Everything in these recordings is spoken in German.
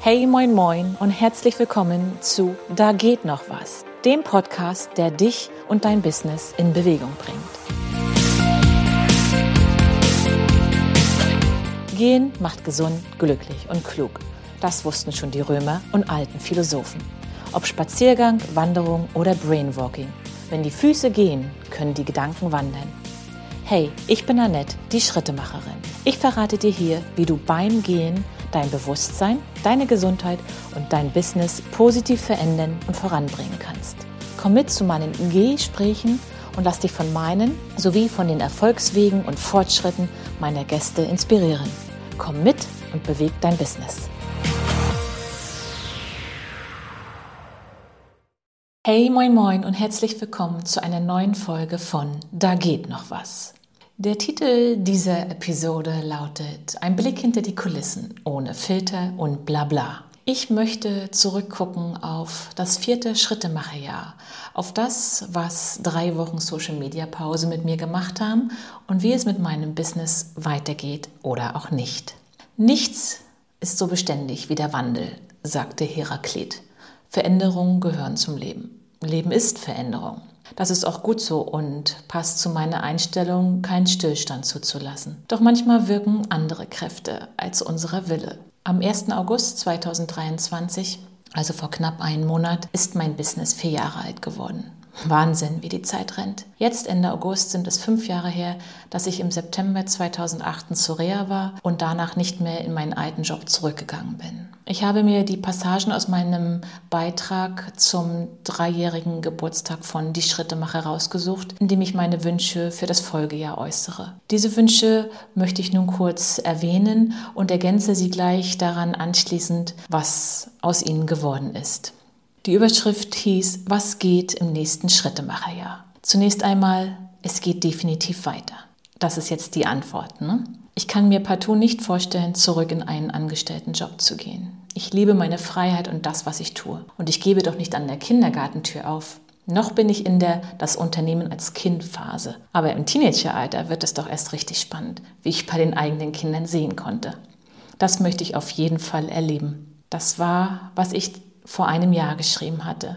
Hey, moin, moin und herzlich willkommen zu Da geht noch was, dem Podcast, der dich und dein Business in Bewegung bringt. Gehen macht gesund, glücklich und klug. Das wussten schon die Römer und alten Philosophen. Ob Spaziergang, Wanderung oder Brainwalking. Wenn die Füße gehen, können die Gedanken wandern. Hey, ich bin Annette, die Schrittemacherin. Ich verrate dir hier, wie du beim Gehen dein Bewusstsein, deine Gesundheit und dein Business positiv verändern und voranbringen kannst. Komm mit zu meinen Gesprächen und lass dich von meinen sowie von den Erfolgswegen und Fortschritten meiner Gäste inspirieren. Komm mit und beweg dein Business. Hey, moin, moin und herzlich willkommen zu einer neuen Folge von Da geht noch was. Der Titel dieser Episode lautet Ein Blick hinter die Kulissen, ohne Filter und Blabla. Ich möchte zurückgucken auf das 4. Schrittemacherjahr, auf das, was 3 Wochen Social-Media-Pause mit mir gemacht haben und wie es mit meinem Business weitergeht oder auch nicht. Nichts ist so beständig wie der Wandel, sagte Heraklit. Veränderungen gehören zum Leben. Leben ist Veränderung. Das ist auch gut so und passt zu meiner Einstellung, keinen Stillstand zuzulassen. Doch manchmal wirken andere Kräfte als unser Wille. Am 1. August 2023, also vor knapp einem Monat, ist mein Business 4 Jahre alt geworden. Wahnsinn, wie die Zeit rennt. Jetzt Ende August sind es 5 Jahre her, dass ich im September 2008 in Sorea war und danach nicht mehr in meinen alten Job zurückgegangen bin. Ich habe mir die Passagen aus meinem Beitrag zum 3-jährigen Geburtstag von Die Schrittemacher rausgesucht, in dem ich meine Wünsche für das Folgejahr äußere. Diese Wünsche möchte ich nun kurz erwähnen und ergänze sie gleich daran anschließend, was aus ihnen geworden ist. Die Überschrift hieß, was geht im nächsten Schrittemacherjahr? Zunächst einmal, es geht definitiv weiter. Das ist jetzt die Antwort, ne? Ich kann mir partout nicht vorstellen, zurück in einen Angestelltenjob zu gehen. Ich liebe meine Freiheit und das, was ich tue. Und ich gebe doch nicht an der Kindergartentür auf. Noch bin ich in der das Unternehmen als Kind-Phase. Aber im Teenageralter wird es doch erst richtig spannend, wie ich bei den eigenen Kindern sehen konnte. Das möchte ich auf jeden Fall erleben. Das war, was ich vor einem Jahr geschrieben hatte.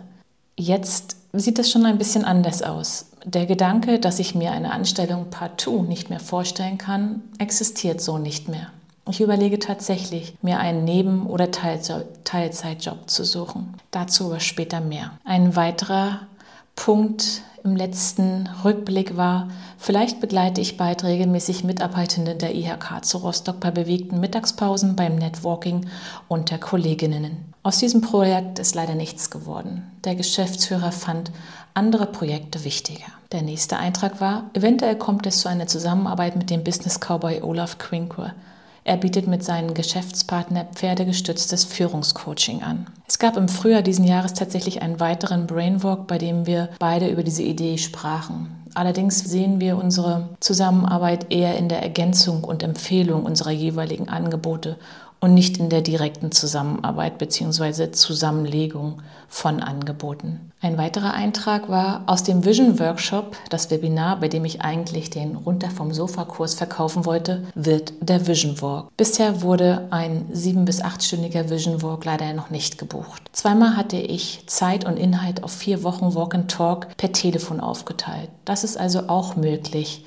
Jetzt sieht es schon ein bisschen anders aus. Der Gedanke, dass ich mir eine Anstellung partout nicht mehr vorstellen kann, existiert so nicht mehr. Ich überlege tatsächlich, mir einen Neben- oder Teilzeitjob zu suchen. Dazu aber später mehr. Ein weiterer Punkt im letzten Rückblick war, vielleicht begleite ich bald regelmäßig Mitarbeitende der IHK zu Rostock bei bewegten Mittagspausen, beim Networking unter Kolleginnen. Aus diesem Projekt ist leider nichts geworden. Der Geschäftsführer fand andere Projekte wichtiger. Der nächste Eintrag war, eventuell kommt es zu einer Zusammenarbeit mit dem Business Cowboy Olaf Quinkur. Er bietet mit seinem Geschäftspartner pferdegestütztes Führungscoaching an. Es gab im Frühjahr diesen Jahres tatsächlich einen weiteren Brainwalk, bei dem wir beide über diese Idee sprachen. Allerdings sehen wir unsere Zusammenarbeit eher in der Ergänzung und Empfehlung unserer jeweiligen Angebote und nicht in der direkten Zusammenarbeit bzw. Zusammenlegung von Angeboten. Ein weiterer Eintrag war aus dem Vision Workshop, das Webinar, bei dem ich eigentlich den Runter vom Sofa-Kurs verkaufen wollte, wird der Vision Walk. Bisher wurde ein 7- bis 8-stündiger Vision Walk leider noch nicht gebucht. Zweimal hatte ich Zeit und Inhalt auf 4 Wochen Walk and Talk per Telefon aufgeteilt. Das ist also auch möglich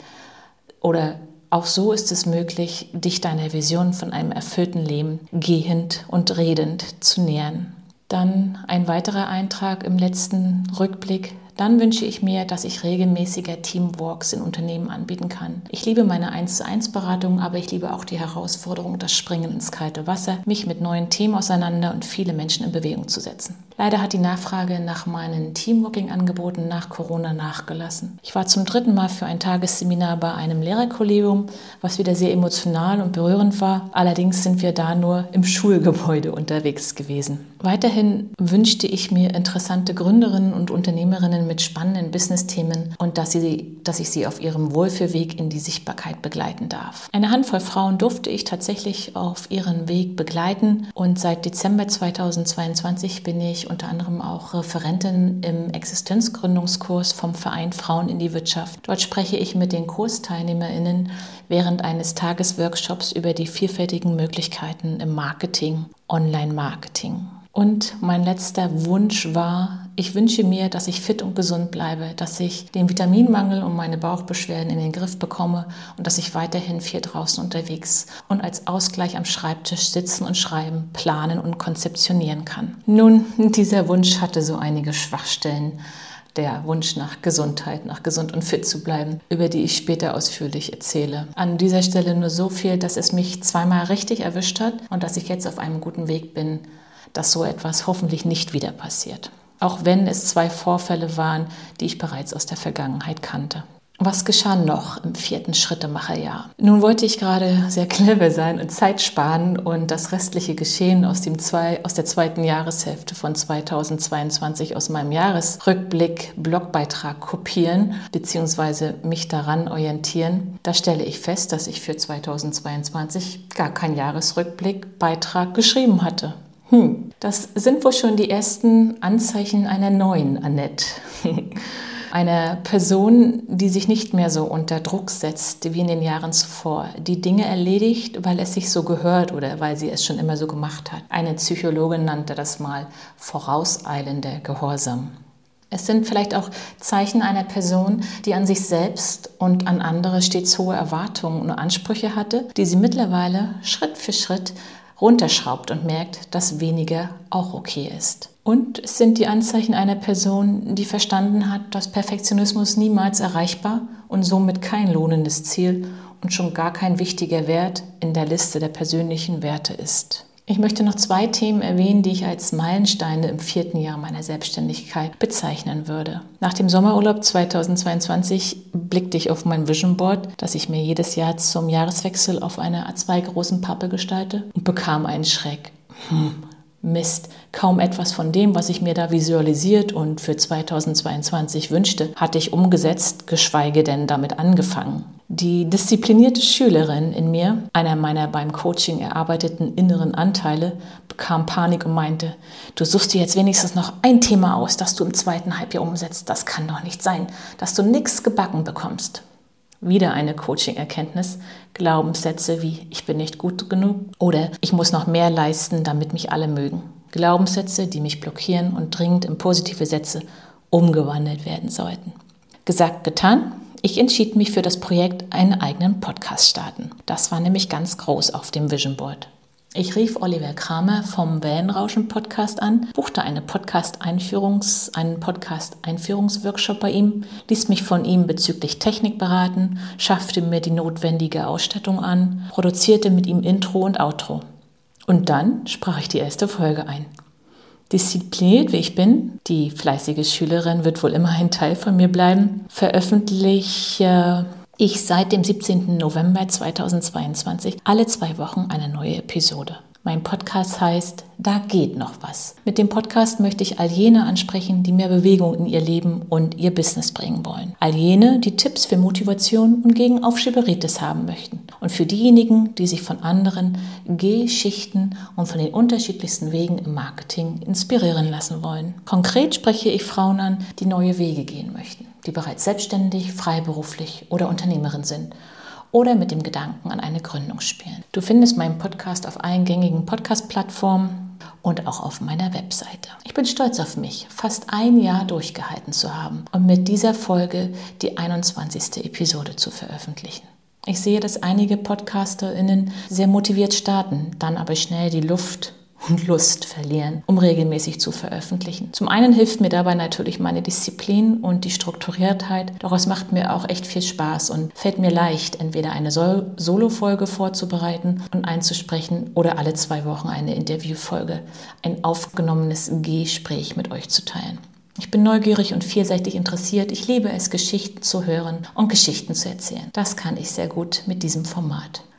oder auch so ist es möglich, dich deiner Vision von einem erfüllten Leben gehend und redend zu nähern. Dann ein weiterer Eintrag im letzten Rückblick. Dann wünsche ich mir, dass ich regelmäßiger Teamwalks in Unternehmen anbieten kann. Ich liebe meine 1:1 Beratung, aber ich liebe auch die Herausforderung, das Springen ins kalte Wasser, mich mit neuen Themen auseinander und viele Menschen in Bewegung zu setzen. Leider hat die Nachfrage nach meinen Teamwalking-Angeboten nach Corona nachgelassen. Ich war zum 3. Mal für ein Tagesseminar bei einem Lehrerkollegium, was wieder sehr emotional und berührend war. Allerdings sind wir da nur im Schulgebäude unterwegs gewesen. Weiterhin wünschte ich mir interessante Gründerinnen und Unternehmerinnen mit spannenden Business-Themen und dass ich sie auf ihrem Wohlfühlweg in die Sichtbarkeit begleiten darf. Eine Handvoll Frauen durfte ich tatsächlich auf ihren Weg begleiten und seit Dezember 2022 bin ich unter anderem auch Referentin im Existenzgründungskurs vom Verein Frauen in die Wirtschaft. Dort spreche ich mit den KursteilnehmerInnen während eines Tagesworkshops über die vielfältigen Möglichkeiten im Marketing, Online-Marketing. Und mein letzter Wunsch war, ich wünsche mir, dass ich fit und gesund bleibe, dass ich den Vitaminmangel und meine Bauchbeschwerden in den Griff bekomme und dass ich weiterhin viel draußen unterwegs und als Ausgleich am Schreibtisch sitzen und schreiben, planen und konzeptionieren kann. Nun, dieser Wunsch hatte so einige Schwachstellen. Der Wunsch nach Gesundheit, nach gesund und fit zu bleiben, über die ich später ausführlich erzähle. An dieser Stelle nur so viel, dass es mich zweimal richtig erwischt hat und dass ich jetzt auf einem guten Weg bin, dass so etwas hoffentlich nicht wieder passiert. Auch wenn es 2 Vorfälle waren, die ich bereits aus der Vergangenheit kannte. Was geschah noch im 4. Schrittemacherjahr? Nun wollte ich gerade sehr clever sein und Zeit sparen und das restliche Geschehen aus der 2. Jahreshälfte von 2022 aus meinem Jahresrückblick-Blogbeitrag kopieren bzw. mich daran orientieren. Da stelle ich fest, dass ich für 2022 gar keinen Jahresrückblick-Beitrag geschrieben hatte. Das sind wohl schon die ersten Anzeichen einer neuen Annette. Einer Person, die sich nicht mehr so unter Druck setzt wie in den Jahren zuvor, die Dinge erledigt, weil es sich so gehört oder weil sie es schon immer so gemacht hat. Eine Psychologin nannte das mal vorauseilender Gehorsam. Es sind vielleicht auch Zeichen einer Person, die an sich selbst und an andere stets hohe Erwartungen und Ansprüche hatte, die sie mittlerweile Schritt für Schritt runterschraubt und merkt, dass weniger auch okay ist. Und es sind die Anzeichen einer Person, die verstanden hat, dass Perfektionismus niemals erreichbar und somit kein lohnendes Ziel und schon gar kein wichtiger Wert in der Liste der persönlichen Werte ist. Ich möchte noch 2 Themen erwähnen, die ich als Meilensteine im 4. Jahr meiner Selbstständigkeit bezeichnen würde. Nach dem Sommerurlaub 2022 blickte ich auf mein Vision Board, das ich mir jedes Jahr zum Jahreswechsel auf einer A2 großen Pappe gestalte und bekam einen Schreck. Mist, kaum etwas von dem, was ich mir da visualisiert und für 2022 wünschte, hatte ich umgesetzt, geschweige denn damit angefangen. Die disziplinierte Schülerin in mir, einer meiner beim Coaching erarbeiteten inneren Anteile, bekam Panik und meinte, du suchst dir jetzt wenigstens noch ein Thema aus, das du im 2. Halbjahr umsetzt. Das kann doch nicht sein, dass du nichts gebacken bekommst. Wieder eine Coaching-Erkenntnis, Glaubenssätze wie ich bin nicht gut genug oder ich muss noch mehr leisten, damit mich alle mögen. Glaubenssätze, die mich blockieren und dringend in positive Sätze umgewandelt werden sollten. Gesagt, getan. Ich entschied mich für das Projekt, einen eigenen Podcast starten. Das war nämlich ganz groß auf dem Vision Board. Ich rief Oliver Kramer vom Wellenrauschen-Podcast an, buchte einen Podcast-Einführungsworkshop bei ihm, ließ mich von ihm bezüglich Technik beraten, schaffte mir die notwendige Ausstattung an, produzierte mit ihm Intro und Outro. Und dann sprach ich die erste Folge ein. Diszipliniert wie ich bin, die fleißige Schülerin wird wohl immer ein Teil von mir bleiben, veröffentliche ich seit dem 17. November 2022 alle 2 Wochen eine neue Episode. Mein Podcast heißt Da geht noch was. Mit dem Podcast möchte ich all jene ansprechen, die mehr Bewegung in ihr Leben und ihr Business bringen wollen. All jene, die Tipps für Motivation und gegen Aufschieberitis haben möchten. Und für diejenigen, die sich von anderen Geschichten und von den unterschiedlichsten Wegen im Marketing inspirieren lassen wollen. Konkret spreche ich Frauen an, die neue Wege gehen möchten, die bereits selbstständig, freiberuflich oder Unternehmerin sind oder mit dem Gedanken an eine Gründung spielen. Du findest meinen Podcast auf allen gängigen Podcast-Plattformen und auch auf meiner Webseite. Ich bin stolz auf mich, fast ein Jahr durchgehalten zu haben und mit dieser Folge die 21. Episode zu veröffentlichen. Ich sehe, dass einige PodcasterInnen sehr motiviert starten, dann aber schnell die Luft und Lust verlieren, um regelmäßig zu veröffentlichen. Zum einen hilft mir dabei natürlich meine Disziplin und die Strukturiertheit, doch es macht mir auch echt viel Spaß und fällt mir leicht, entweder eine Solo-Folge vorzubereiten und einzusprechen oder alle 2 Wochen eine Interviewfolge, ein aufgenommenes Gespräch mit euch zu teilen. Ich bin neugierig und vielseitig interessiert. Ich liebe es, Geschichten zu hören und Geschichten zu erzählen. Das kann ich sehr gut mit diesem Format.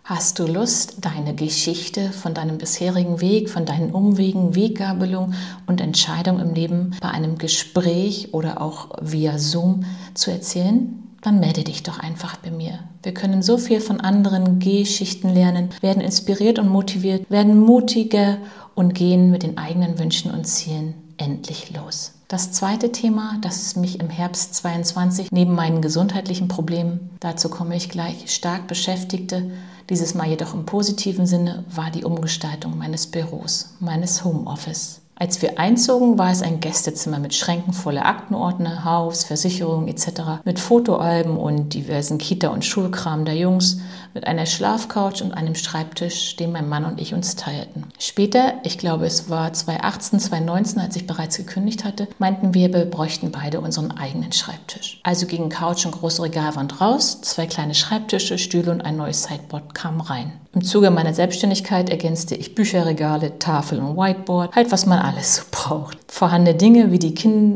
Hast du Lust, deine Geschichte von deinem bisherigen Weg, von deinen Umwegen, Weggabelungen und Entscheidungen im Leben bei einem Gespräch oder auch via Zoom zu erzählen? Dann melde dich doch einfach bei mir. Wir können so viel von anderen Geschichten lernen, werden inspiriert und motiviert, werden mutiger und gehen mit den eigenen Wünschen und Zielen endlich los. Das zweite Thema, das mich im Herbst 2022 neben meinen gesundheitlichen Problemen, dazu komme ich gleich, stark beschäftigte, dieses Mal jedoch im positiven Sinne, war die Umgestaltung meines Büros, meines Homeoffice. Als wir einzogen, war es ein Gästezimmer mit Schränken voller Aktenordner, Haus, Versicherung etc., mit Fotoalben und diversen Kita- und Schulkram der Jungs, mit einer Schlafcouch und einem Schreibtisch, den mein Mann und ich uns teilten. Später, ich glaube es war 2018, 2019, als ich bereits gekündigt hatte, meinten wir bräuchten beide unseren eigenen Schreibtisch. Also gingen Couch und große Regalwand raus, 2 kleine Schreibtische, Stühle und ein neues Sideboard kamen rein. Im Zuge meiner Selbstständigkeit ergänzte ich Bücherregale, Tafel und Whiteboard, halt was man alles so braucht. Vorhandene Dinge wie die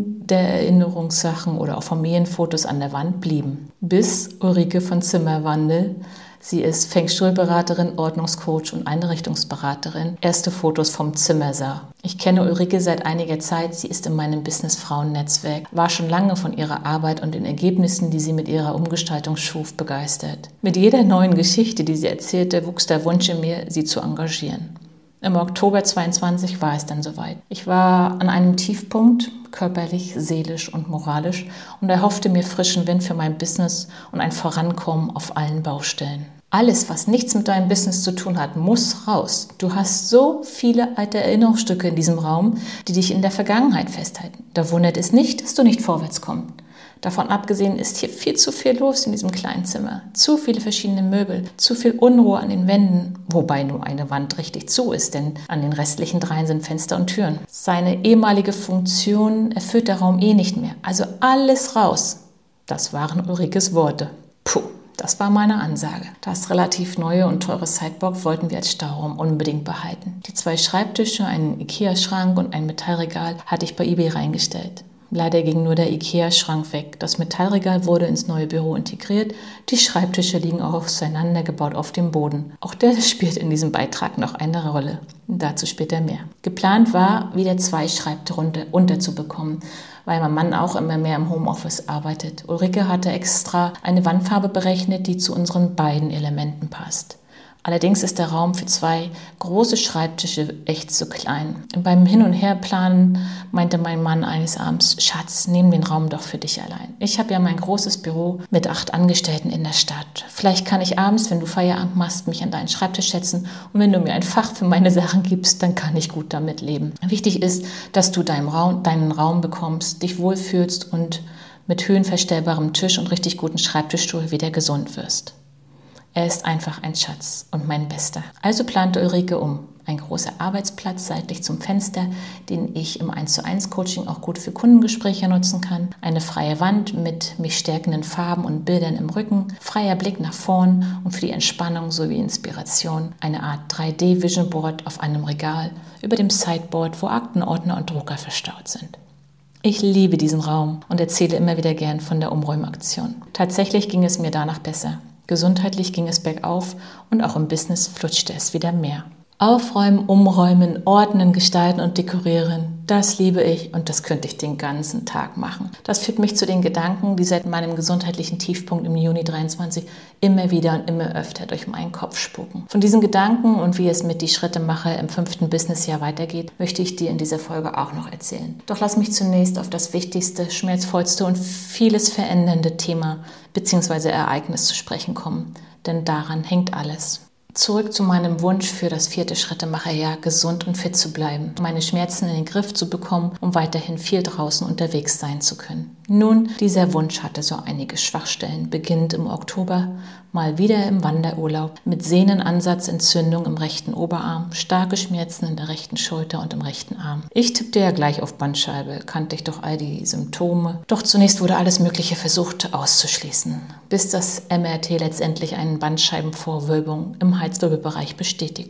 Kindererinnerungssachen oder auch Familienfotos an der Wand blieben. Bis Ulrike von Zimmerwandel, sie ist Feng Shui-Beraterin, Ordnungscoach und Einrichtungsberaterin, erste Fotos vom Zimmer sah. Ich kenne Ulrike seit einiger Zeit, sie ist in meinem Business-Frauen-Netzwerk, war schon lange von ihrer Arbeit und den Ergebnissen, die sie mit ihrer Umgestaltung schuf, begeistert. Mit jeder neuen Geschichte, die sie erzählte, wuchs der Wunsch in mir, sie zu engagieren. Im Oktober 2022 war es dann soweit. Ich war an einem Tiefpunkt, körperlich, seelisch und moralisch, und erhoffte mir frischen Wind für mein Business und ein Vorankommen auf allen Baustellen. Alles, was nichts mit deinem Business zu tun hat, muss raus. Du hast so viele alte Erinnerungsstücke in diesem Raum, die dich in der Vergangenheit festhalten. Da wundert es nicht, dass du nicht vorwärts kommst. Davon abgesehen ist hier viel zu viel los in diesem kleinen Zimmer. Zu viele verschiedene Möbel, zu viel Unruhe an den Wänden, wobei nur eine Wand richtig zu ist, denn an den restlichen 3 sind Fenster und Türen. Seine ehemalige Funktion erfüllt der Raum nicht mehr. Also alles raus. Das waren Ulrikes Worte. Puh. Das war meine Ansage. Das relativ neue und teure Sideboard wollten wir als Stauraum unbedingt behalten. Die 2 Schreibtische, einen Ikea-Schrank und ein Metallregal hatte ich bei eBay reingestellt. Leider ging nur der Ikea-Schrank weg. Das Metallregal wurde ins neue Büro integriert. Die Schreibtische liegen auch auseinandergebaut auf dem Boden. Auch das spielt in diesem Beitrag noch eine Rolle. Dazu später mehr. Geplant war, wieder 2 Schreibtische unterzubekommen, weil mein Mann auch immer mehr im Homeoffice arbeitet. Ulrike hatte extra eine Wandfarbe berechnet, die zu unseren beiden Elementen passt. Allerdings ist der Raum für 2 große Schreibtische echt zu klein. Beim Hin- und Herplanen meinte mein Mann eines Abends: Schatz, nimm den Raum doch für dich allein. Ich habe ja mein großes Büro mit 8 Angestellten in der Stadt. Vielleicht kann ich abends, wenn du Feierabend machst, mich an deinen Schreibtisch setzen, und wenn du mir ein Fach für meine Sachen gibst, dann kann ich gut damit leben. Wichtig ist, dass du deinen Raum bekommst, dich wohlfühlst und mit höhenverstellbarem Tisch und richtig guten Schreibtischstuhl wieder gesund wirst. Er ist einfach ein Schatz und mein Bester. Also plante Ulrike um. Ein großer Arbeitsplatz seitlich zum Fenster, den ich im 1:1 Coaching auch gut für Kundengespräche nutzen kann. Eine freie Wand mit mich stärkenden Farben und Bildern im Rücken. Freier Blick nach vorn und für die Entspannung sowie Inspiration eine Art 3D-Vision Board auf einem Regal über dem Sideboard, wo Aktenordner und Drucker verstaut sind. Ich liebe diesen Raum und erzähle immer wieder gern von der Umräumaktion. Tatsächlich ging es mir danach besser. Gesundheitlich ging es bergauf und auch im Business flutschte es wieder mehr. Aufräumen, umräumen, ordnen, gestalten und dekorieren, das liebe ich und das könnte ich den ganzen Tag machen. Das führt mich zu den Gedanken, die seit meinem gesundheitlichen Tiefpunkt im Juni 2023 immer wieder und immer öfter durch meinen Kopf spuken. Von diesen Gedanken und wie es mit die Schritte mache im 5. Businessjahr weitergeht, möchte ich dir in dieser Folge auch noch erzählen. Doch lass mich zunächst auf das wichtigste, schmerzvollste und vieles verändernde Thema bzw. Ereignis zu sprechen kommen, denn daran hängt alles. Zurück zu meinem Wunsch für das 4. Schrittemacherjahr, gesund und fit zu bleiben, meine Schmerzen in den Griff zu bekommen, um weiterhin viel draußen unterwegs sein zu können. Nun, dieser Wunsch hatte so einige Schwachstellen, beginnend im Oktober, mal wieder im Wanderurlaub, mit Sehnenansatzentzündung im rechten Oberarm, starke Schmerzen in der rechten Schulter und im rechten Arm. Ich tippte ja gleich auf Bandscheibe, kannte ich doch all die Symptome. Doch zunächst wurde alles Mögliche versucht auszuschließen, bis das MRT letztendlich eine Bandscheibenvorwölbung im Halswirbelbereich bestätigte.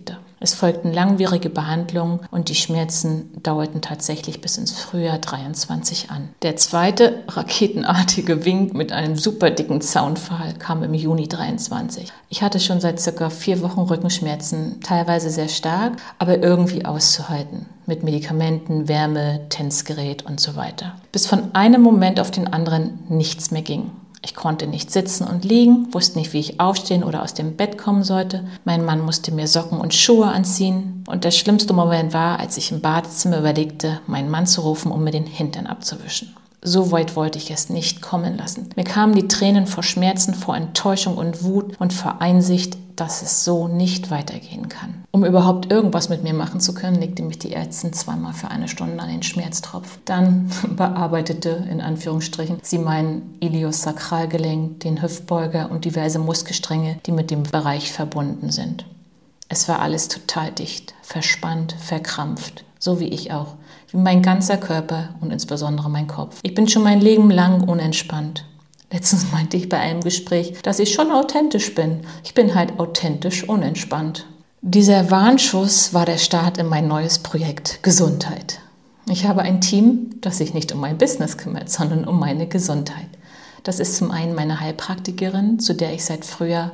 Es folgten langwierige Behandlungen und die Schmerzen dauerten tatsächlich bis ins Frühjahr 23 an. Der zweite raketenartige Wink mit einem super dicken Zaunpfahl kam im Juni 23. Ich hatte schon seit circa 4 Wochen Rückenschmerzen, teilweise sehr stark, aber irgendwie auszuhalten. Mit Medikamenten, Wärme, Tänzgerät und so weiter. Bis von einem Moment auf den anderen nichts mehr ging. Ich konnte nicht sitzen und liegen, wusste nicht, wie ich aufstehen oder aus dem Bett kommen sollte. Mein Mann musste mir Socken und Schuhe anziehen. Und der schlimmste Moment war, als ich im Badezimmer überlegte, meinen Mann zu rufen, um mir den Hintern abzuwischen. So weit wollte ich es nicht kommen lassen. Mir kamen die Tränen vor Schmerzen, vor Enttäuschung und Wut und vor Einsicht, dass es so nicht weitergehen kann. Um überhaupt irgendwas mit mir machen zu können, legte mich die Ärztin zweimal für 1 Stunde an den Schmerztropf. Dann bearbeitete, in Anführungsstrichen, sie mein Iliosakralgelenk, den Hüftbeuger und diverse Muskelstränge, die mit dem Bereich verbunden sind. Es war alles total dicht, verspannt, verkrampft, so wie ich auch, wie mein ganzer Körper und insbesondere mein Kopf. Ich bin schon mein Leben lang unentspannt. Letztens meinte ich bei einem Gespräch, dass ich schon authentisch bin. Ich bin halt authentisch unentspannt. Dieser Warnschuss war der Start in mein neues Projekt Gesundheit. Ich habe ein Team, das sich nicht um mein Business kümmert, sondern um meine Gesundheit. Das ist zum einen meine Heilpraktikerin, zu der ich seit Frühjahr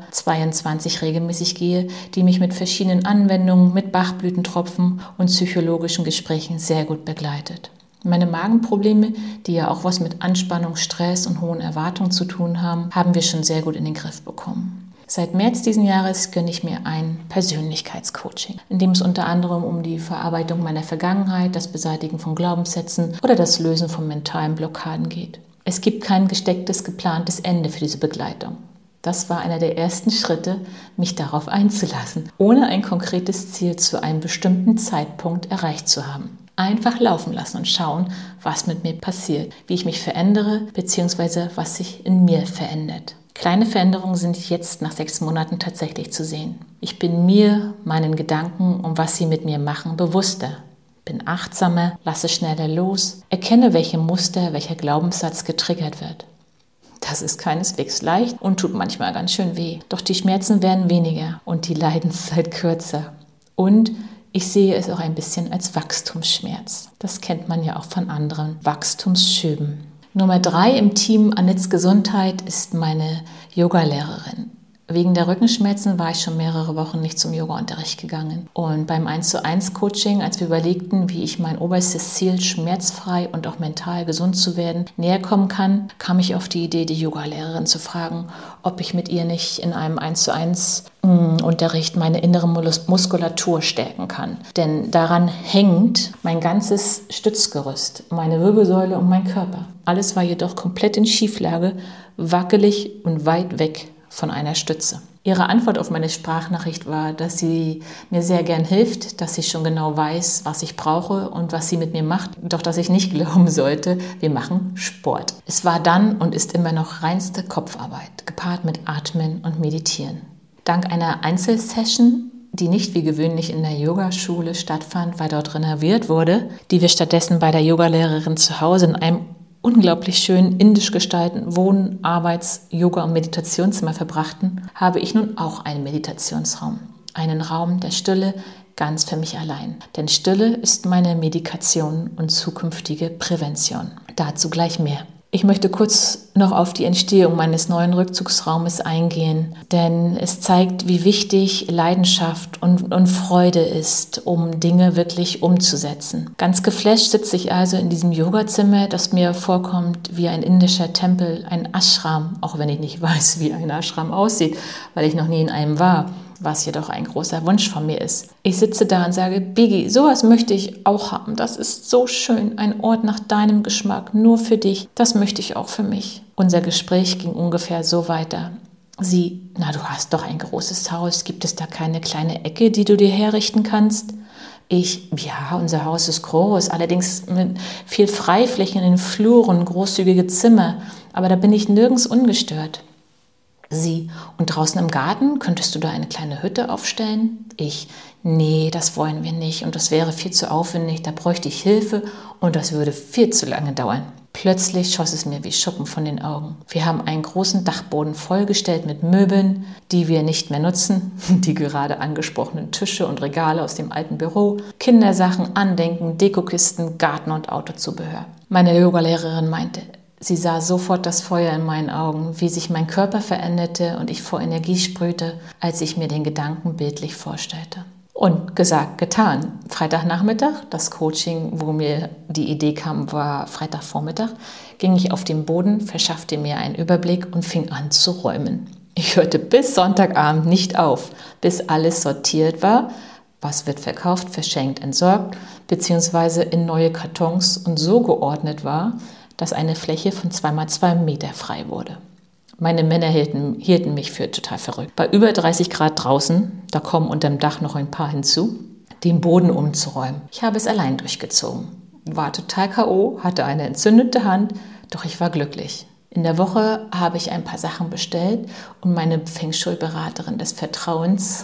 22 regelmäßig gehe, die mich mit verschiedenen Anwendungen, mit Bachblütentropfen und psychologischen Gesprächen sehr gut begleitet. Meine Magenprobleme, die ja auch was mit Anspannung, Stress und hohen Erwartungen zu tun haben, haben wir schon sehr gut in den Griff bekommen. Seit März diesen Jahres gönne ich mir ein Persönlichkeitscoaching, in dem es unter anderem um die Verarbeitung meiner Vergangenheit, das Beseitigen von Glaubenssätzen oder das Lösen von mentalen Blockaden geht. Es gibt kein gestecktes, geplantes Ende für diese Begleitung. Das war einer der ersten Schritte, mich darauf einzulassen, ohne ein konkretes Ziel zu einem bestimmten Zeitpunkt erreicht zu haben. Einfach laufen lassen und schauen, was mit mir passiert, wie ich mich verändere bzw. was sich in mir verändert. Kleine Veränderungen sind jetzt nach 6 Monaten tatsächlich zu sehen. Ich bin mir, meinen Gedanken und was sie mit mir machen, bewusster. Bin achtsamer, lasse schneller los, erkenne, welche Muster, welcher Glaubenssatz getriggert wird. Das ist keineswegs leicht und tut manchmal ganz schön weh. Doch die Schmerzen werden weniger und die Leidenszeit kürzer. Und ich sehe es auch ein bisschen als Wachstumsschmerz. Das kennt man ja auch von anderen Wachstumsschüben. Nummer 3 im Team Annets Gesundheit ist meine Yogalehrerin. Wegen der Rückenschmerzen war ich schon mehrere Wochen nicht zum Yogaunterricht gegangen. Und beim 1:1 Coaching, als wir überlegten, wie ich mein oberstes Ziel, schmerzfrei und auch mental gesund zu werden, näher kommen kann, kam ich auf die Idee, die Yogalehrerin zu fragen, ob ich mit ihr nicht in einem 1:1 Unterricht meine innere Muskulatur stärken kann. Denn daran hängt mein ganzes Stützgerüst, meine Wirbelsäule und mein Körper. Alles war jedoch komplett in Schieflage, wackelig und weit weg von einer Stütze. Ihre Antwort auf meine Sprachnachricht war, dass sie mir sehr gern hilft, dass sie schon genau weiß, was ich brauche und was sie mit mir macht, doch dass ich nicht glauben sollte, wir machen Sport. Es war dann und ist immer noch reinste Kopfarbeit, gepaart mit Atmen und Meditieren. Dank einer Einzelsession, die nicht wie gewöhnlich in der Yogaschule stattfand, weil dort renoviert wurde, die wir stattdessen bei der Yogalehrerin zu Hause in einem unglaublich schön indisch gestalteten Wohn-, Arbeits-, Yoga- und Meditationszimmer verbrachten, habe ich nun auch einen Meditationsraum. Einen Raum der Stille, ganz für mich allein. Denn Stille ist meine Medikation und zukünftige Prävention. Dazu gleich mehr. Ich möchte kurz noch auf die Entstehung meines neuen Rückzugsraumes eingehen, denn es zeigt, wie wichtig Leidenschaft und Freude ist, um Dinge wirklich umzusetzen. Ganz geflasht sitze ich also in diesem Yogazimmer, das mir vorkommt wie ein indischer Tempel, ein Ashram, auch wenn ich nicht weiß, wie ein Ashram aussieht, weil ich noch nie in einem war. Was jedoch ein großer Wunsch von mir ist. Ich sitze da und sage, Biggie, sowas möchte ich auch haben. Das ist so schön, ein Ort nach deinem Geschmack, nur für dich. Das möchte ich auch für mich. Unser Gespräch ging ungefähr so weiter. Sie, na, du hast doch ein großes Haus. Gibt es da keine kleine Ecke, die du dir herrichten kannst? Ich, ja, unser Haus ist groß, allerdings mit viel Freifläche in den Fluren, großzügige Zimmer. Aber da bin ich nirgends ungestört. Sie, und draußen im Garten, könntest du da eine kleine Hütte aufstellen? Ich, nee, das wollen wir nicht und das wäre viel zu aufwendig, da bräuchte ich Hilfe und das würde viel zu lange dauern. Plötzlich schoss es mir wie Schuppen von den Augen. Wir haben einen großen Dachboden vollgestellt mit Möbeln, die wir nicht mehr nutzen, die gerade angesprochenen Tische und Regale aus dem alten Büro, Kindersachen, Andenken, Dekokisten, Garten- und Autozubehör. Meine Yogalehrerin meinte, sie sah sofort das Feuer in meinen Augen, wie sich mein Körper veränderte und ich vor Energie sprühte, als ich mir den Gedanken bildlich vorstellte. Und gesagt, getan. Freitagnachmittag, das Coaching, wo mir die Idee kam, war Freitagvormittag, ging ich auf den Boden, verschaffte mir einen Überblick und fing an zu räumen. Ich hörte bis Sonntagabend nicht auf, bis alles sortiert war, was wird verkauft, verschenkt, entsorgt, beziehungsweise in neue Kartons und so geordnet war, dass eine Fläche von 2x2 Meter frei wurde. Meine Männer hielten mich für total verrückt. Bei über 30 Grad draußen, da kommen unterm Dach noch ein paar hinzu, den Boden umzuräumen. Ich habe es allein durchgezogen. War total K.O., hatte eine entzündete Hand, doch ich war glücklich. In der Woche habe ich ein paar Sachen bestellt und meine Feng Shui-Beraterin des Vertrauens,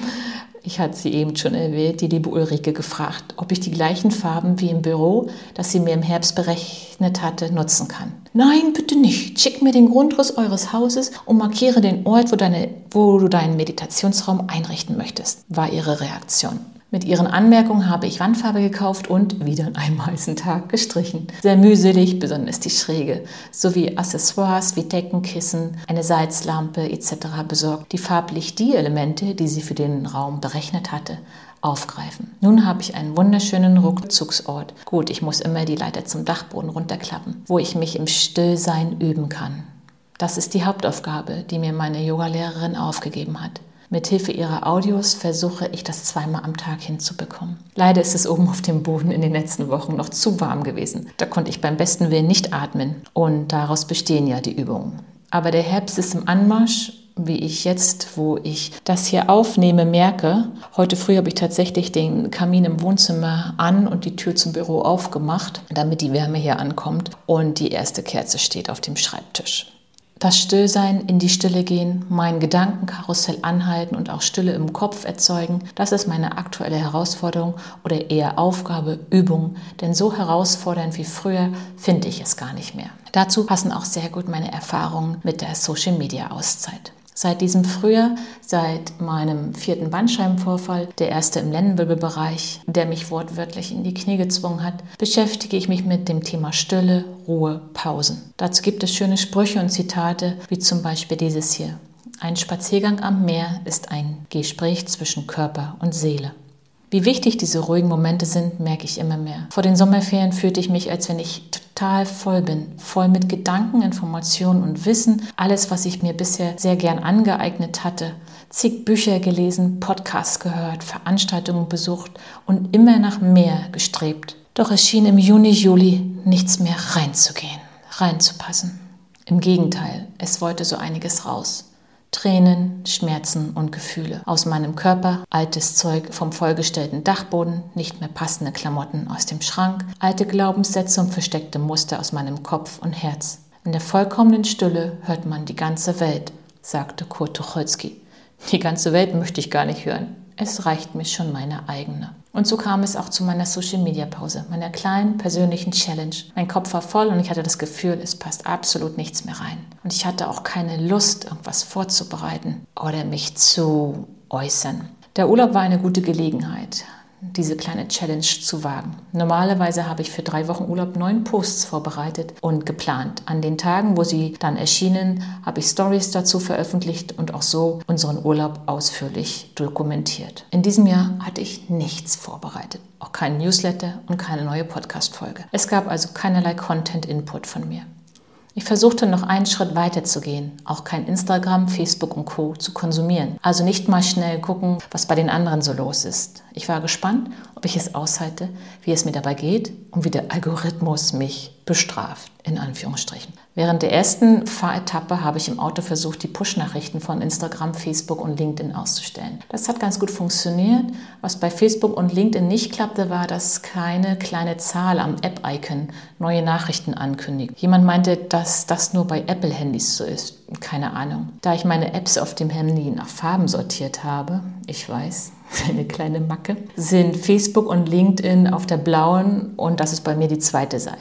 ich hatte sie eben schon erwähnt, die liebe Ulrike, gefragt, ob ich die gleichen Farben wie im Büro, das sie mir im Herbst berechnet hatte, nutzen kann. Nein, bitte nicht. Schick mir den Grundriss eures Hauses und markiere den Ort, wo du deinen Meditationsraum einrichten möchtest, war ihre Reaktion. Mit ihren Anmerkungen habe ich Wandfarbe gekauft und wieder an einem heißen Tag gestrichen. Sehr mühselig, besonders die Schräge, sowie Accessoires wie Decken, Kissen, eine Salzlampe etc. besorgt, die farblich die Elemente, die sie für den Raum berechnet hatte, aufgreifen. Nun habe ich einen wunderschönen Rückzugsort. Gut, ich muss immer die Leiter zum Dachboden runterklappen, wo ich mich im Stillsein üben kann. Das ist die Hauptaufgabe, die mir meine Yogalehrerin aufgegeben hat. Mithilfe ihrer Audios versuche ich das 2-mal am Tag hinzubekommen. Leider ist es oben auf dem Boden in den letzten Wochen noch zu warm gewesen. Da konnte ich beim besten Willen nicht atmen und daraus bestehen ja die Übungen. Aber der Herbst ist im Anmarsch, wie ich jetzt, wo ich das hier aufnehme, merke. Heute früh habe ich tatsächlich den Kamin im Wohnzimmer an und die Tür zum Büro aufgemacht, damit die Wärme hier ankommt und die erste Kerze steht auf dem Schreibtisch. Das Stillsein, in die Stille gehen, mein Gedankenkarussell anhalten und auch Stille im Kopf erzeugen, das ist meine aktuelle Herausforderung oder eher Aufgabe, Übung. Denn so herausfordernd wie früher finde ich es gar nicht mehr. Dazu passen auch sehr gut meine Erfahrungen mit der Social-Media-Auszeit. Seit diesem Frühjahr, seit meinem 4. Bandscheibenvorfall, der erste im Lendenwirbelbereich, der mich wortwörtlich in die Knie gezwungen hat, beschäftige ich mich mit dem Thema Stille, Ruhe, Pausen. Dazu gibt es schöne Sprüche und Zitate, wie zum Beispiel dieses hier. Ein Spaziergang am Meer ist ein Gespräch zwischen Körper und Seele. Wie wichtig diese ruhigen Momente sind, merke ich immer mehr. Vor den Sommerferien fühlte ich mich, als wenn ich total voll bin. Voll mit Gedanken, Informationen und Wissen. Alles, was ich mir bisher sehr gern angeeignet hatte. Zig Bücher gelesen, Podcasts gehört, Veranstaltungen besucht und immer nach mehr gestrebt. Doch es schien im Juni, Juli nichts mehr reinzugehen, reinzupassen. Im Gegenteil, es wollte so einiges raus. Tränen, Schmerzen und Gefühle aus meinem Körper, altes Zeug vom vollgestellten Dachboden, nicht mehr passende Klamotten aus dem Schrank, alte Glaubenssätze und versteckte Muster aus meinem Kopf und Herz. In der vollkommenen Stille hört man die ganze Welt, sagte Kurt Tucholsky. Die ganze Welt möchte ich gar nicht hören. Es reicht mir schon meine eigene. Und so kam es auch zu meiner Social-Media-Pause, meiner kleinen persönlichen Challenge. Mein Kopf war voll und ich hatte das Gefühl, es passt absolut nichts mehr rein. Und ich hatte auch keine Lust, irgendwas vorzubereiten oder mich zu äußern. Der Urlaub war eine gute Gelegenheit, diese kleine Challenge zu wagen. Normalerweise habe ich für 3 Wochen Urlaub 9 Posts vorbereitet und geplant. An den Tagen, wo sie dann erschienen, habe ich Stories dazu veröffentlicht und auch so unseren Urlaub ausführlich dokumentiert. In diesem Jahr hatte ich nichts vorbereitet, auch keinen Newsletter und keine neue Podcast-Folge. Es gab also keinerlei Content-Input von mir. Ich versuchte noch einen Schritt weiter zu gehen, auch kein Instagram, Facebook und Co. zu konsumieren. Also nicht mal schnell gucken, was bei den anderen so los ist. Ich war gespannt, ob ich es aushalte, wie es mir dabei geht und wie der Algorithmus mich bestraft, in Anführungsstrichen. Während der ersten Fahretappe habe ich im Auto versucht, die Push-Nachrichten von Instagram, Facebook und LinkedIn auszustellen. Das hat ganz gut funktioniert. Was bei Facebook und LinkedIn nicht klappte, war, dass keine kleine Zahl am App-Icon neue Nachrichten ankündigt. Jemand meinte, dass das nur bei Apple-Handys so ist. Keine Ahnung. Da ich meine Apps auf dem Handy nach Farben sortiert habe, ich weiß, eine kleine Macke, sind Facebook und LinkedIn auf der blauen und das ist bei mir die zweite Seite.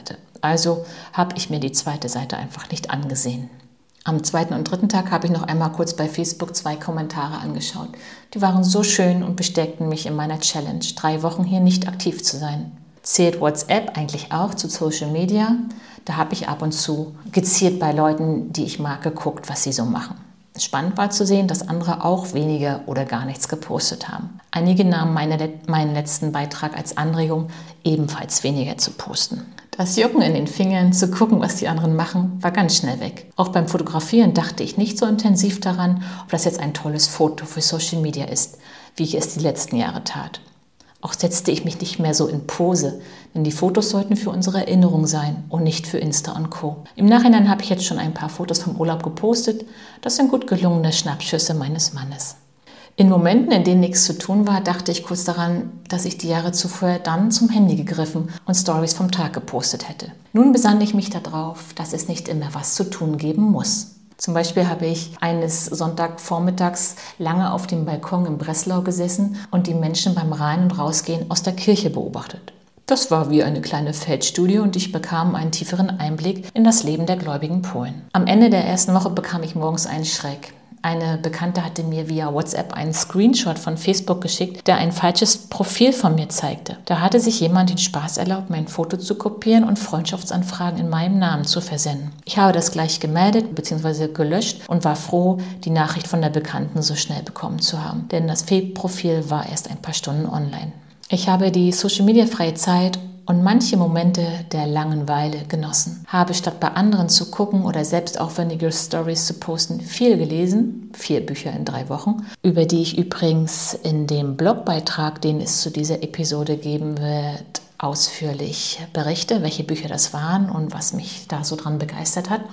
Also habe ich mir die zweite Seite einfach nicht angesehen. Am zweiten und dritten Tag habe ich noch einmal kurz bei Facebook 2 Kommentare angeschaut. Die waren so schön und bestärkten mich in meiner Challenge, 3 Wochen hier nicht aktiv zu sein. Zählt WhatsApp eigentlich auch zu Social Media? Da habe ich ab und zu gezielt bei Leuten, die ich mag, geguckt, was sie so machen. Spannend war zu sehen, dass andere auch weniger oder gar nichts gepostet haben. Einige nahmen meinen letzten Beitrag als Anregung, ebenfalls weniger zu posten. Das Jucken in den Fingern, zu gucken, was die anderen machen, war ganz schnell weg. Auch beim Fotografieren dachte ich nicht so intensiv daran, ob das jetzt ein tolles Foto für Social Media ist, wie ich es die letzten Jahre tat. Auch setzte ich mich nicht mehr so in Pose, denn die Fotos sollten für unsere Erinnerung sein und nicht für Insta und Co. Im Nachhinein habe ich jetzt schon ein paar Fotos vom Urlaub gepostet. Das sind gut gelungene Schnappschüsse meines Mannes. In Momenten, in denen nichts zu tun war, dachte ich kurz daran, dass ich die Jahre zuvor dann zum Handy gegriffen und Stories vom Tag gepostet hätte. Nun besann ich mich darauf, dass es nicht immer was zu tun geben muss. Zum Beispiel habe ich eines Sonntagvormittags lange auf dem Balkon in Breslau gesessen und die Menschen beim Rein- und Rausgehen aus der Kirche beobachtet. Das war wie eine kleine Feldstudie und ich bekam einen tieferen Einblick in das Leben der gläubigen Polen. Am Ende der ersten Woche bekam ich morgens einen Schreck. Eine Bekannte hatte mir via WhatsApp einen Screenshot von Facebook geschickt, der ein falsches Profil von mir zeigte. Da hatte sich jemand den Spaß erlaubt, mein Foto zu kopieren und Freundschaftsanfragen in meinem Namen zu versenden. Ich habe das gleich gemeldet bzw. gelöscht und war froh, die Nachricht von der Bekannten so schnell bekommen zu haben, denn das Fake-Profil war erst ein paar Stunden online. Ich habe die Social-Media-freie Zeit und manche Momente der Langeweile genossen. Habe statt bei anderen zu gucken oder selbst aufwendige Stories zu posten, viel gelesen, 4 Bücher in 3 Wochen, über die ich übrigens in dem Blogbeitrag, den es zu dieser Episode geben wird, ausführlich berichte, welche Bücher das waren und was mich da so dran begeistert hat.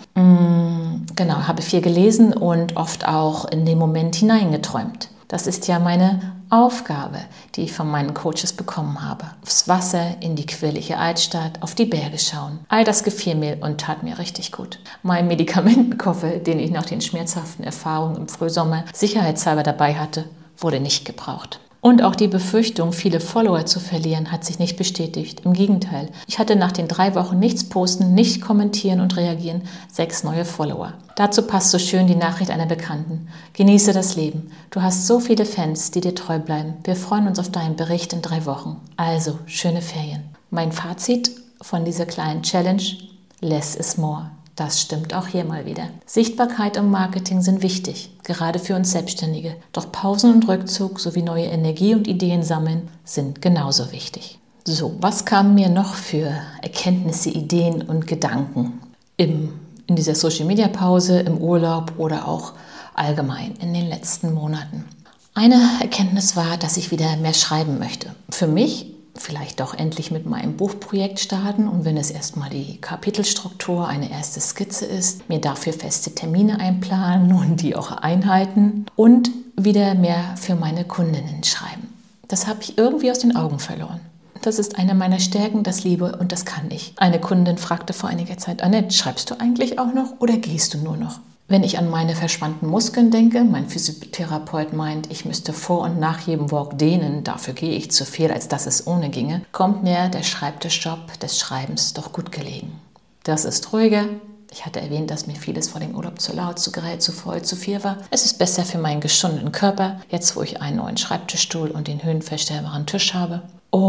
Genau, habe viel gelesen und oft auch in den Moment hineingeträumt. Das ist ja meine Aufgabe, die ich von meinen Coaches bekommen habe. Aufs Wasser, in die quirlige Altstadt, auf die Berge schauen. All das gefiel mir und tat mir richtig gut. Mein Medikamentenkoffer, den ich nach den schmerzhaften Erfahrungen im Frühsommer sicherheitshalber dabei hatte, wurde nicht gebraucht. Und auch die Befürchtung, viele Follower zu verlieren, hat sich nicht bestätigt. Im Gegenteil, ich hatte nach den 3 Wochen nichts posten, nicht kommentieren und reagieren 6 neue Follower. Dazu passt so schön die Nachricht einer Bekannten. Genieße das Leben. Du hast so viele Fans, die dir treu bleiben. Wir freuen uns auf deinen Bericht in 3 Wochen. Also, schöne Ferien. Mein Fazit von dieser kleinen Challenge: Less is more. Das stimmt auch hier mal wieder. Sichtbarkeit und Marketing sind wichtig, gerade für uns Selbstständige. Doch Pausen und Rückzug sowie neue Energie und Ideen sammeln sind genauso wichtig. So, was kamen mir noch für Erkenntnisse, Ideen und Gedanken in dieser Social-Media-Pause, im Urlaub oder auch allgemein in den letzten Monaten? Eine Erkenntnis war, dass ich wieder mehr schreiben möchte. Für mich vielleicht doch endlich mit meinem Buchprojekt starten und wenn es erstmal die Kapitelstruktur, eine erste Skizze ist, mir dafür feste Termine einplanen und die auch einhalten und wieder mehr für meine Kundinnen schreiben. Das habe ich irgendwie aus den Augen verloren. Das ist eine meiner Stärken, das liebe und das kann ich. Eine Kundin fragte vor einiger Zeit: Annette, schreibst du eigentlich auch noch oder gehst du nur noch? Wenn ich an meine verspannten Muskeln denke, mein Physiotherapeut meint, ich müsste vor und nach jedem Walk dehnen, dafür gehe ich zu viel, als dass es ohne ginge, kommt mir der Schreibtischjob des Schreibens doch gut gelegen. Das ist ruhiger. Ich hatte erwähnt, dass mir vieles vor dem Urlaub zu laut, zu grell, zu voll, zu viel war. Es ist besser für meinen geschundenen Körper, jetzt wo ich einen neuen Schreibtischstuhl und den höhenverstellbaren Tisch habe.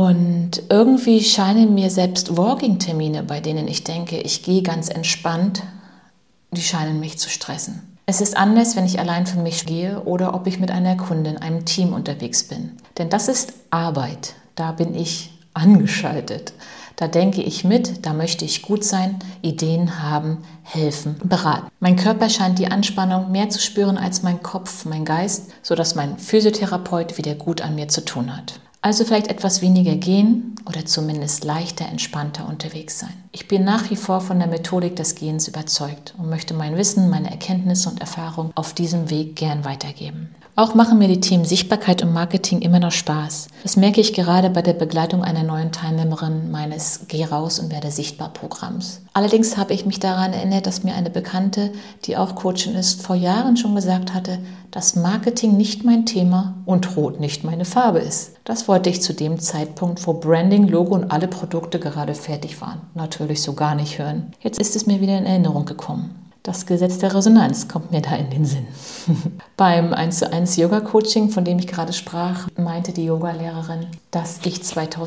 Und irgendwie scheinen mir selbst Walking-Termine, bei denen ich denke, ich gehe ganz entspannt, die scheinen mich zu stressen. Es ist anders, wenn ich allein für mich gehe oder ob ich mit einer Kundin, einem Team unterwegs bin. Denn das ist Arbeit. Da bin ich angeschaltet. Da denke ich mit, da möchte ich gut sein, Ideen haben, helfen, beraten. Mein Körper scheint die Anspannung mehr zu spüren als mein Kopf, mein Geist, sodass mein Physiotherapeut wieder gut an mir zu tun hat. Also vielleicht etwas weniger gehen oder zumindest leichter, entspannter unterwegs sein. Ich bin nach wie vor von der Methodik des Gehens überzeugt und möchte mein Wissen, meine Erkenntnisse und Erfahrungen auf diesem Weg gern weitergeben. Auch machen mir die Themen Sichtbarkeit und Marketing immer noch Spaß. Das merke ich gerade bei der Begleitung einer neuen Teilnehmerin meines Geh raus und werde sichtbar Programms. Allerdings habe ich mich daran erinnert, dass mir eine Bekannte, die auch Coachin ist, vor Jahren schon gesagt hatte, dass Marketing nicht mein Thema und Rot nicht meine Farbe ist. Das wollte ich zu dem Zeitpunkt, wo Branding Branding, Logo und alle Produkte gerade fertig waren. Natürlich so gar nicht hören. Jetzt ist es mir wieder in Erinnerung gekommen. Das Gesetz der Resonanz kommt mir da in den Sinn. Beim 1:1 Yoga-Coaching, von dem ich gerade sprach, meinte die Yogalehrerin, dass ich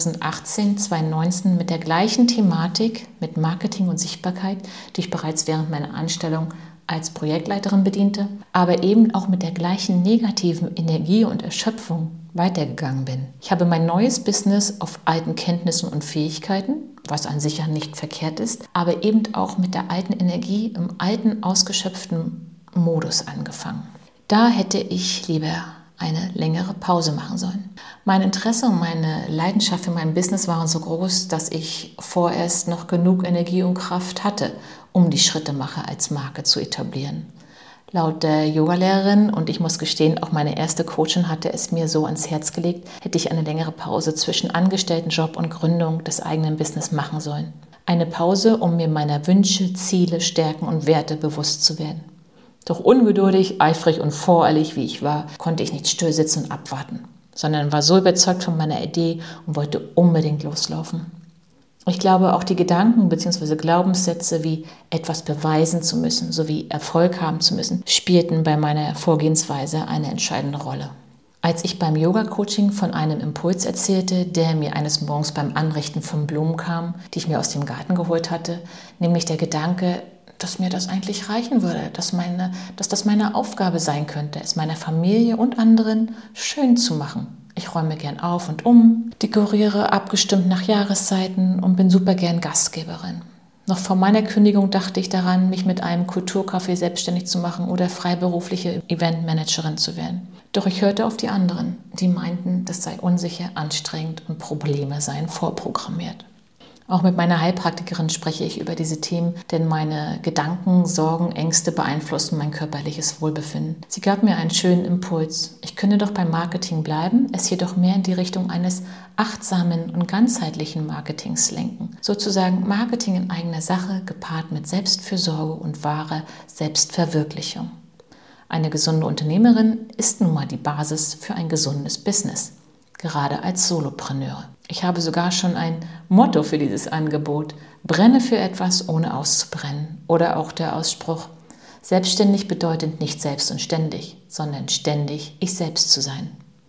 2018, 2019 mit der gleichen Thematik, mit Marketing und Sichtbarkeit, die ich bereits während meiner Anstellung als Projektleiterin bediente, aber eben auch mit der gleichen negativen Energie und Erschöpfung weitergegangen bin. Ich habe mein neues Business auf alten Kenntnissen und Fähigkeiten, was an sich ja nicht verkehrt ist, aber eben auch mit der alten Energie im alten, ausgeschöpften Modus angefangen. Da hätte ich lieber eine längere Pause machen sollen. Mein Interesse und meine Leidenschaft für mein Business waren so groß, dass ich vorerst noch genug Energie und Kraft hatte, um die Schrittemacher als Marke zu etablieren. Laut der Yogalehrerin, und ich muss gestehen, auch meine erste Coachin hatte es mir so ans Herz gelegt, hätte ich eine längere Pause zwischen Angestelltenjob und Gründung des eigenen Business machen sollen. Eine Pause, um mir meiner Wünsche, Ziele, Stärken und Werte bewusst zu werden. Doch ungeduldig, eifrig und voreilig wie ich war, konnte ich nicht still sitzen und abwarten, sondern war so überzeugt von meiner Idee und wollte unbedingt loslaufen. Ich glaube, auch die Gedanken bzw. Glaubenssätze wie etwas beweisen zu müssen sowie Erfolg haben zu müssen, spielten bei meiner Vorgehensweise eine entscheidende Rolle. Als ich beim Yoga-Coaching von einem Impuls erzählte, der mir eines Morgens beim Anrichten von Blumen kam, die ich mir aus dem Garten geholt hatte, nämlich der Gedanke, dass mir das eigentlich reichen würde, dass das meine Aufgabe sein könnte, es meiner Familie und anderen schön zu machen. Ich räume gern auf und um, dekoriere abgestimmt nach Jahreszeiten und bin super gern Gastgeberin. Noch vor meiner Kündigung dachte ich daran, mich mit einem Kulturcafé selbstständig zu machen oder freiberufliche Eventmanagerin zu werden. Doch ich hörte auf die anderen, die meinten, das sei unsicher, anstrengend und Probleme seien vorprogrammiert. Auch mit meiner Heilpraktikerin spreche ich über diese Themen, denn meine Gedanken, Sorgen, Ängste beeinflussten mein körperliches Wohlbefinden. Sie gab mir einen schönen Impuls. Ich könne doch beim Marketing bleiben, es jedoch mehr in die Richtung eines achtsamen und ganzheitlichen Marketings lenken. Sozusagen Marketing in eigener Sache, gepaart mit Selbstfürsorge und wahrer Selbstverwirklichung. Eine gesunde Unternehmerin ist nun mal die Basis für ein gesundes Business, gerade als Solopreneur. Ich habe sogar schon ein Motto für dieses Angebot: Brenne für etwas, ohne auszubrennen. Oder auch der Ausspruch: Selbstständig bedeutet nicht selbst und ständig, sondern ständig ich selbst zu sein.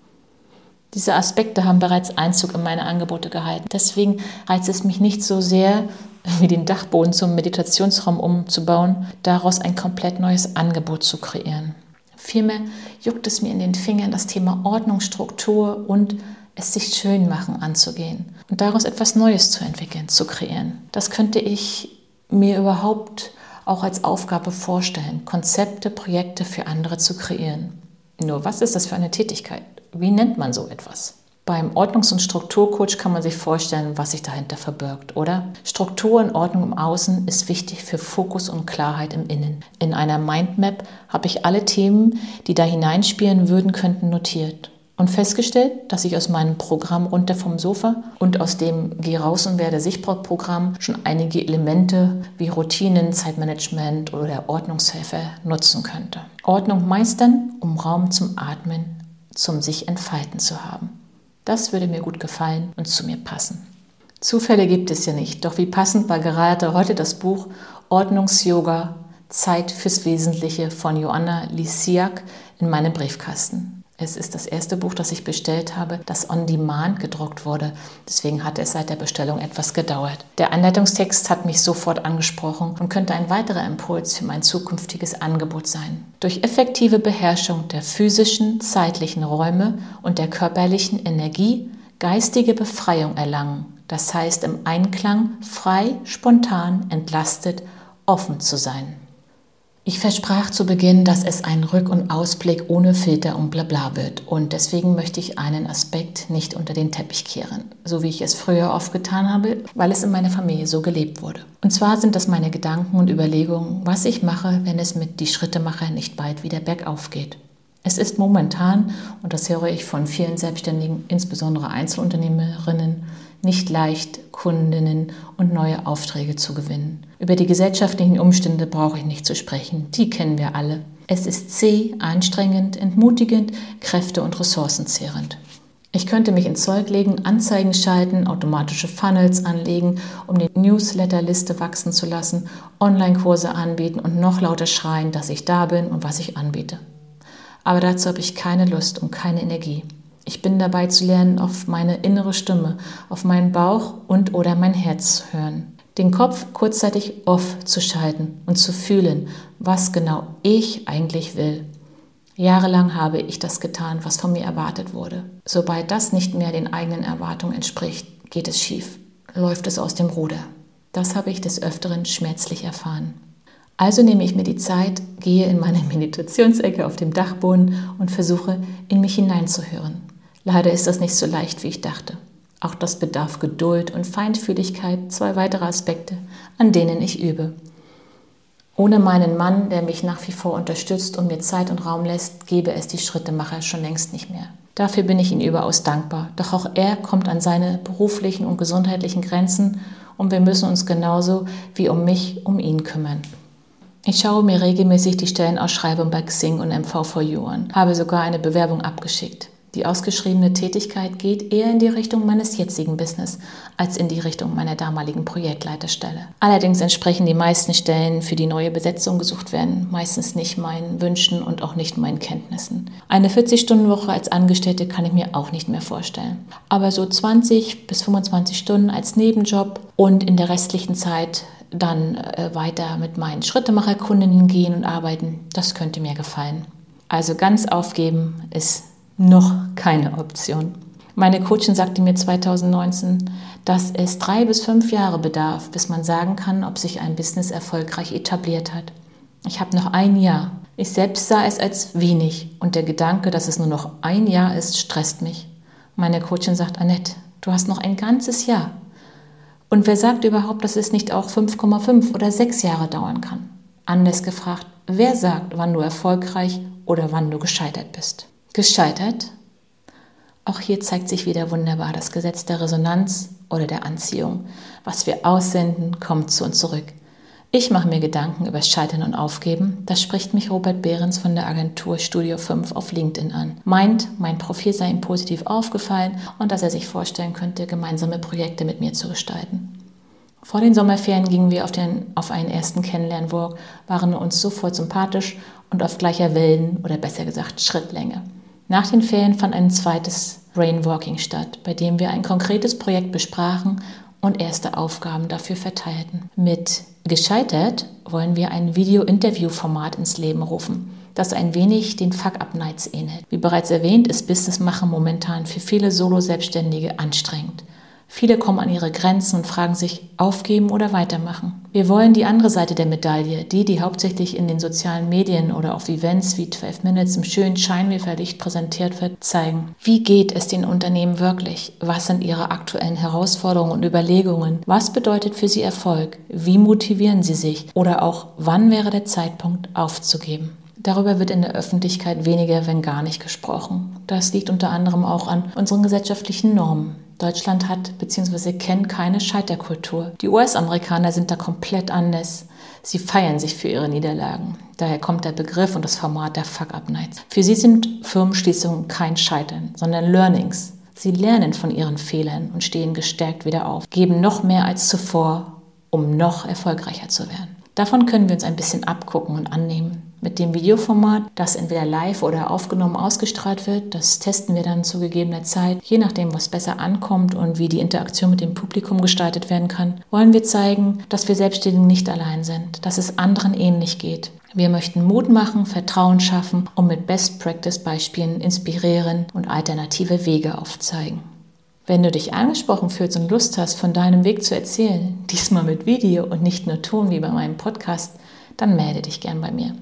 Diese Aspekte haben bereits Einzug in meine Angebote gehalten. Deswegen reizt es mich nicht so sehr, wie den Dachboden zum Meditationsraum umzubauen, daraus ein komplett neues Angebot zu kreieren. Vielmehr juckt es mir in den Fingern, das Thema Ordnung, Struktur und es sich schön machen anzugehen und daraus etwas Neues zu entwickeln, zu kreieren. Das könnte ich mir überhaupt auch als Aufgabe vorstellen, Konzepte, Projekte für andere zu kreieren. Nur was ist das für eine Tätigkeit? Wie nennt man so etwas? Beim Ordnungs- und Strukturcoach kann man sich vorstellen, was sich dahinter verbirgt, oder? Struktur und Ordnung im Außen ist wichtig für Fokus und Klarheit im Innen. In einer Mindmap habe ich alle Themen, die da hineinspielen würden könnten, notiert. Und festgestellt, dass ich aus meinem Programm Runter vom Sofa und aus dem Geh raus und werde sichtbar Programm schon einige Elemente wie Routinen, Zeitmanagement oder Ordnungshilfe nutzen könnte. Ordnung meistern, um Raum zum Atmen, zum sich entfalten zu haben. Das würde mir gut gefallen und zu mir passen. Zufälle gibt es ja nicht, doch wie passend war gerade heute das Buch Ordnungs-Yoga, Zeit fürs Wesentliche von Joanna Lisiak in meinem Briefkasten. Es ist das erste Buch, das ich bestellt habe, das on demand gedruckt wurde. Deswegen hatte es seit der Bestellung etwas gedauert. Der Anleitungstext hat mich sofort angesprochen und könnte ein weiterer Impuls für mein zukünftiges Angebot sein. Durch effektive Beherrschung der physischen, zeitlichen Räume und der körperlichen Energie geistige Befreiung erlangen. Das heißt, im Einklang, frei, spontan, entlastet, offen zu sein. Ich versprach zu Beginn, dass es ein Rück- und Ausblick ohne Filter und Blabla wird und deswegen möchte ich einen Aspekt nicht unter den Teppich kehren, so wie ich es früher oft getan habe, weil es in meiner Familie so gelebt wurde. Und zwar sind das meine Gedanken und Überlegungen, was ich mache, wenn es mit die Schrittemacher nicht bald wieder bergauf geht. Es ist momentan, und das höre ich von vielen Selbstständigen, insbesondere Einzelunternehmerinnen, nicht leicht, Kundinnen und neue Aufträge zu gewinnen. Über die gesellschaftlichen Umstände brauche ich nicht zu sprechen, die kennen wir alle. Es ist zäh, anstrengend, entmutigend, kräfte- und ressourcenzehrend. Ich könnte mich ins Zeug legen, Anzeigen schalten, automatische Funnels anlegen, um die Newsletterliste wachsen zu lassen, Online-Kurse anbieten und noch lauter schreien, dass ich da bin und was ich anbiete. Aber dazu habe ich keine Lust und keine Energie. Ich bin dabei zu lernen, auf meine innere Stimme, auf meinen Bauch und oder mein Herz zu hören. Den Kopf kurzzeitig off zu schalten und zu fühlen, was genau ich eigentlich will. Jahrelang habe ich das getan, was von mir erwartet wurde. Sobald das nicht mehr den eigenen Erwartungen entspricht, geht es schief, läuft es aus dem Ruder. Das habe ich des Öfteren schmerzlich erfahren. Also nehme ich mir die Zeit, gehe in meine Meditationsecke auf dem Dachboden und versuche, in mich hineinzuhören. Leider ist das nicht so leicht, wie ich dachte. Auch das bedarf Geduld und Feinfühligkeit, 2 weitere Aspekte, an denen ich übe. Ohne meinen Mann, der mich nach wie vor unterstützt und mir Zeit und Raum lässt, gäbe es die Schrittemacher schon längst nicht mehr. Dafür bin ich ihm überaus dankbar. Doch auch er kommt an seine beruflichen und gesundheitlichen Grenzen und wir müssen uns genauso wie um mich, um ihn kümmern. Ich schaue mir regelmäßig die Stellenausschreibung bei Xing und MV4U an, habe sogar eine Bewerbung abgeschickt. Die ausgeschriebene Tätigkeit geht eher in die Richtung meines jetzigen Business als in die Richtung meiner damaligen Projektleiterstelle. Allerdings entsprechen die meisten Stellen, für die neue Besetzung gesucht werden, meistens nicht meinen Wünschen und auch nicht meinen Kenntnissen. Eine 40-Stunden-Woche als Angestellte kann ich mir auch nicht mehr vorstellen. Aber so 20 bis 25 Stunden als Nebenjob und in der restlichen Zeit dann weiter mit meinen Schrittemacherkundinnen gehen und arbeiten, das könnte mir gefallen. Also ganz aufgeben ist noch keine Option. Meine Coachin sagte mir 2019, dass es 3 bis 5 Jahre bedarf, bis man sagen kann, ob sich ein Business erfolgreich etabliert hat. Ich habe noch 1 Jahr. Ich selbst sah es als wenig und der Gedanke, dass es nur noch 1 Jahr ist, stresst mich. Meine Coachin sagt, Annette, du hast noch ein ganzes Jahr. Und wer sagt überhaupt, dass es nicht auch 5,5 oder 6 Jahre dauern kann? Anders gefragt, wer sagt, wann du erfolgreich oder wann du gescheitert bist? Gescheitert? Auch hier zeigt sich wieder wunderbar das Gesetz der Resonanz oder der Anziehung. Was wir aussenden, kommt zu uns zurück. Ich mache mir Gedanken über Scheitern und Aufgeben. Da spricht mich Robert Behrens von der Agentur Studio 5 auf LinkedIn an. Meint, mein Profil sei ihm positiv aufgefallen und dass er sich vorstellen könnte, gemeinsame Projekte mit mir zu gestalten. Vor den Sommerferien gingen wir auf einen ersten Kennenlernwalk, waren uns sofort sympathisch und auf gleicher Wellen- oder besser gesagt Schrittlänge. Nach den Ferien fand ein zweites Brainwalking statt, bei dem wir ein konkretes Projekt besprachen und erste Aufgaben dafür verteilten. Mit Gescheitert wollen wir ein Video-Interview-Format ins Leben rufen, das ein wenig den Fuck-Up-Nights ähnelt. Wie bereits erwähnt, ist Business-Machen momentan für viele Solo-Selbstständige anstrengend. Viele kommen an ihre Grenzen und fragen sich, aufgeben oder weitermachen. Wir wollen die andere Seite der Medaille, die hauptsächlich in den sozialen Medien oder auf Events wie 12 Minutes im schönen Scheinwerferlicht präsentiert wird, zeigen. Wie geht es den Unternehmen wirklich? Was sind ihre aktuellen Herausforderungen und Überlegungen? Was bedeutet für sie Erfolg? Wie motivieren sie sich? Oder auch, wann wäre der Zeitpunkt aufzugeben? Darüber wird in der Öffentlichkeit weniger, wenn gar nicht gesprochen. Das liegt unter anderem auch an unseren gesellschaftlichen Normen. Deutschland hat bzw. kennt keine Scheiterkultur. Die US-Amerikaner sind da komplett anders. Sie feiern sich für ihre Niederlagen. Daher kommt der Begriff und das Format der Fuck-Up-Nights. Für sie sind Firmenschließungen kein Scheitern, sondern Learnings. Sie lernen von ihren Fehlern und stehen gestärkt wieder auf, geben noch mehr als zuvor, um noch erfolgreicher zu werden. Davon können wir uns ein bisschen abgucken und annehmen. Mit dem Videoformat, das entweder live oder aufgenommen ausgestrahlt wird, das testen wir dann zu gegebener Zeit, je nachdem, was besser ankommt und wie die Interaktion mit dem Publikum gestaltet werden kann, wollen wir zeigen, dass wir Selbstständigen nicht allein sind, dass es anderen ähnlich geht. Wir möchten Mut machen, Vertrauen schaffen und mit Best-Practice-Beispielen inspirieren und alternative Wege aufzeigen. Wenn du dich angesprochen fühlst und Lust hast, von deinem Weg zu erzählen, diesmal mit Video und nicht nur Ton wie bei meinem Podcast, dann melde dich gern bei mir.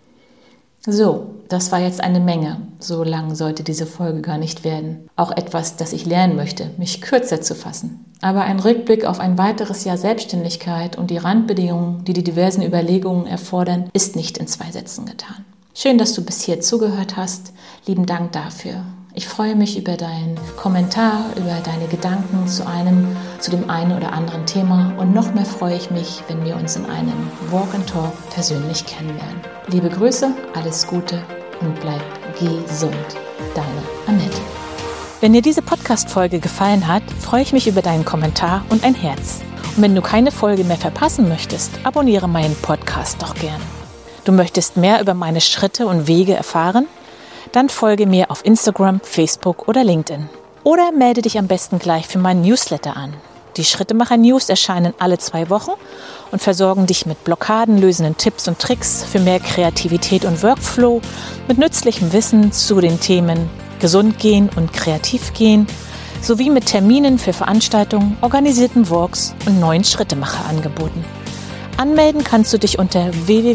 So, das war jetzt eine Menge. So lang sollte diese Folge gar nicht werden. Auch etwas, das ich lernen möchte, mich kürzer zu fassen. Aber ein Rückblick auf ein weiteres Jahr Selbstständigkeit und die Randbedingungen, die die diversen Überlegungen erfordern, ist nicht in 2 Sätzen getan. Schön, dass du bis hier zugehört hast. Lieben Dank dafür. Ich freue mich über deinen Kommentar, über deine Gedanken zu dem einen oder anderen Thema und noch mehr freue ich mich, wenn wir uns in einem Walk and Talk persönlich kennenlernen. Liebe Grüße, alles Gute und bleib gesund. Deine Annette. Wenn dir diese Podcast-Folge gefallen hat, freue ich mich über deinen Kommentar und ein Herz. Und wenn du keine Folge mehr verpassen möchtest, abonniere meinen Podcast doch gern. Du möchtest mehr über meine Schritte und Wege erfahren? Dann folge mir auf Instagram, Facebook oder LinkedIn. Oder melde dich am besten gleich für meinen Newsletter an. Die Schrittemacher-News erscheinen alle 2 Wochen und versorgen dich mit blockadenlösenden Tipps und Tricks für mehr Kreativität und Workflow, mit nützlichem Wissen zu den Themen Gesund gehen und kreativ gehen, sowie mit Terminen für Veranstaltungen, organisierten Walks und neuen Schrittemacher-Angeboten. Anmelden kannst du dich unter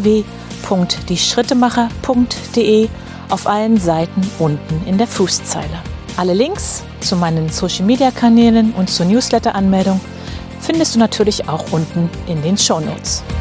www.dieschrittemacher.de auf allen Seiten unten in der Fußzeile. Alle Links zu meinen Social-Media-Kanälen und zur Newsletter-Anmeldung findest du natürlich auch unten in den Shownotes.